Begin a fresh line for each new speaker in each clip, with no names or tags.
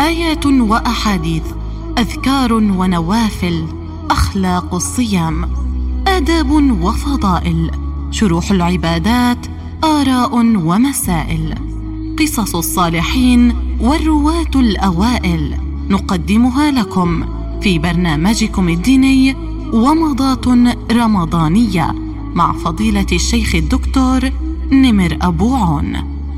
آيات وأحاديث، أذكار ونوافل، أخلاق الصيام، آداب وفضائل، شروح العبادات، آراء ومسائل، قصص الصالحين والرواة الأوائل، نقدمها لكم في برنامجكم الديني ومضات رمضانية مع فضيلة الشيخ الدكتور نمر أبو عون.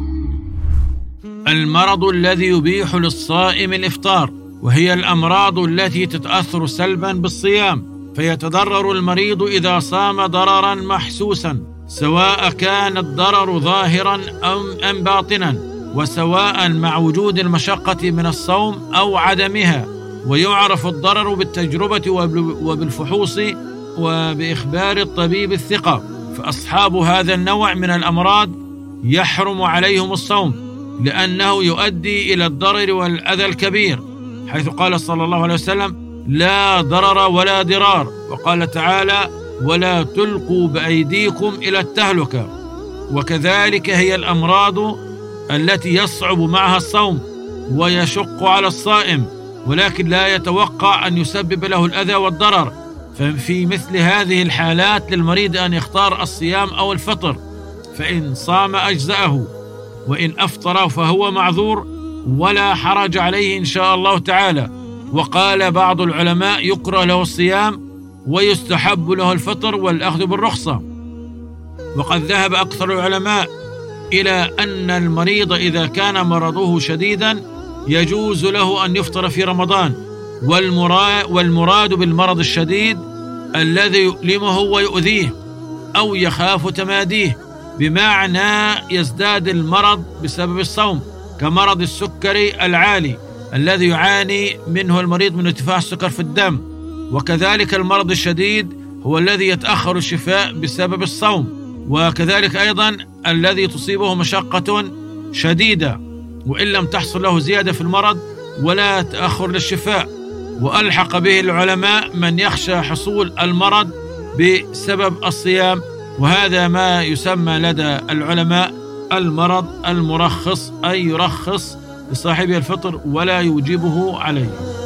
المرض الذي يبيح للصائم الإفطار، وهي الأمراض التي تتأثر سلبا بالصيام، فيتضرر المريض إذا صام ضررا محسوسا، سواء كان الضرر ظاهرا أم باطنا، وسواء مع وجود المشقة من الصوم أو عدمها. ويعرف الضرر بالتجربة وبالفحوص وبإخبار الطبيب الثقة. فأصحاب هذا النوع من الأمراض يحرم عليهم الصوم، لأنه يؤدي إلى الضرر والأذى الكبير، حيث قال صلى الله عليه وسلم: لا ضرر ولا ضرار. وقال تعالى: ولا تلقوا بأيديكم إلى التهلكة. وكذلك هي الأمراض التي يصعب معها الصوم ويشق على الصائم، ولكن لا يتوقع أن يسبب له الأذى والضرر. ففي مثل هذه الحالات للمريض أن يختار الصيام أو الفطر، فإن صام أجزأه، وإن أفطر فهو معذور ولا حرج عليه إن شاء الله تعالى. وقال بعض العلماء: يكره له الصيام ويستحب له الفطر والأخذ بالرخصة. وقد ذهب أكثر العلماء إلى أن المريض إذا كان مرضه شديدا يجوز له أن يفطر في رمضان، والمراد بالمرض الشديد الذي يؤلمه ويؤذيه أو يخاف تماديه، بمعنى يزداد المرض بسبب الصوم، كمرض السكري العالي الذي يعاني منه المريض من ارتفاع السكر في الدم. وكذلك المرض الشديد هو الذي يتأخر الشفاء بسبب الصوم، وكذلك أيضا الذي تصيبه مشقة شديدة وإن لم تحصل له زيادة في المرض ولا تأخر للشفاء. وألحق به العلماء من يخشى حصول المرض بسبب الصيام، وهذا ما يسمى لدى العلماء المرض المرخص، أي يرخص لصاحبه الفطر ولا يوجبه عليه.